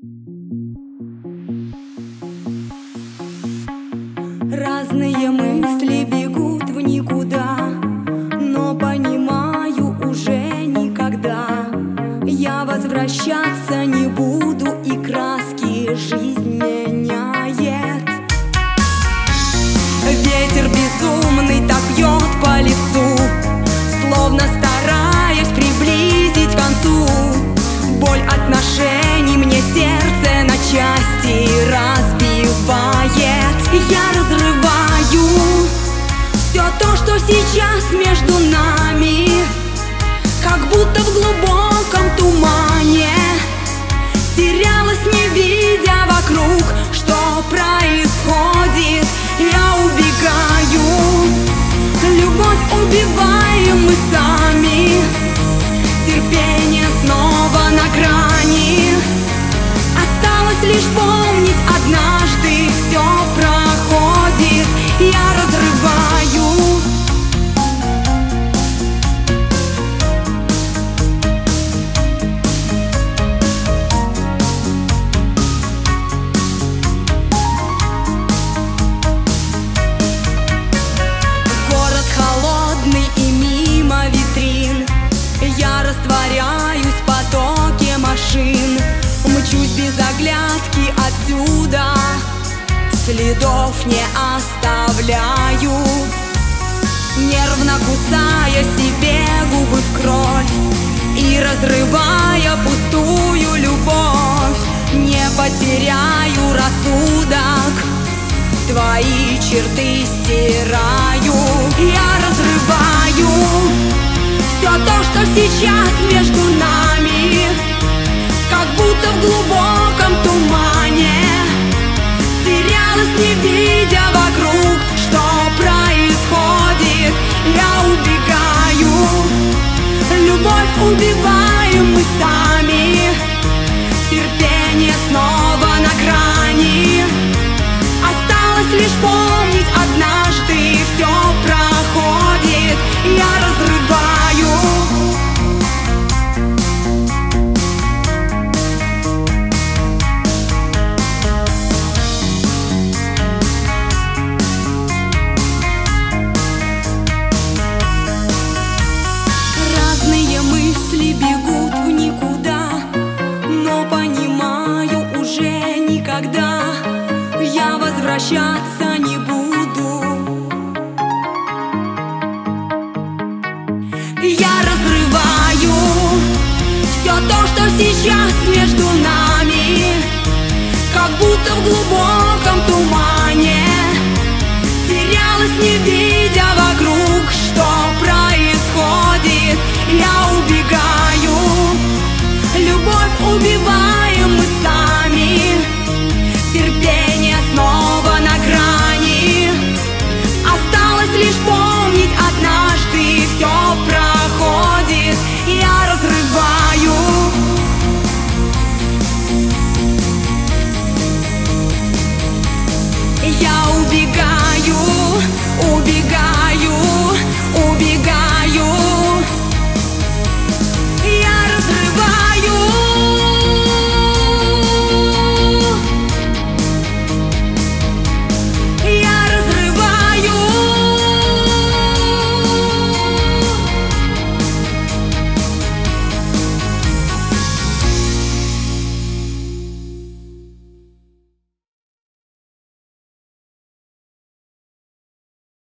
Разные мысли бегут в никуда, но понимаю уже никогда я возвращаться не буду, и краски жизнь меняет. Ветер безумный так бьет по лицу, словно стараясь приблизить к концу. Боль отношений мне сердце на части разбивает. Я разрываю все то, что сейчас между нами, как будто в глубоком тумане. Терялась, не видя вокруг, что происходит. Я убегаю, любовь убиваем мы сами, терпение снова на грани. Осталось лишь помнить, однажды все проходит. Я разрываю. Город холодный и мимо витрин я растворяюсь в потоке машин. Мчусь без оглядки отсюда, следов не оставляю, нервно кусая себе губы в кровь и разрывая пустую любовь. Не потеряю рассудок, твои черты стираю. Я разрываю все то, что сейчас между нами, как будто в глубоком тумане. Терялась, не видя вокруг, что происходит. Я убегаю, любовь убиваем мы сами, терпение снова на грани. Осталось лишь помнить, однажды все проходит. Я разрываю. Разные мысли бегут в никуда, но понимаю уже никогда я возвращаться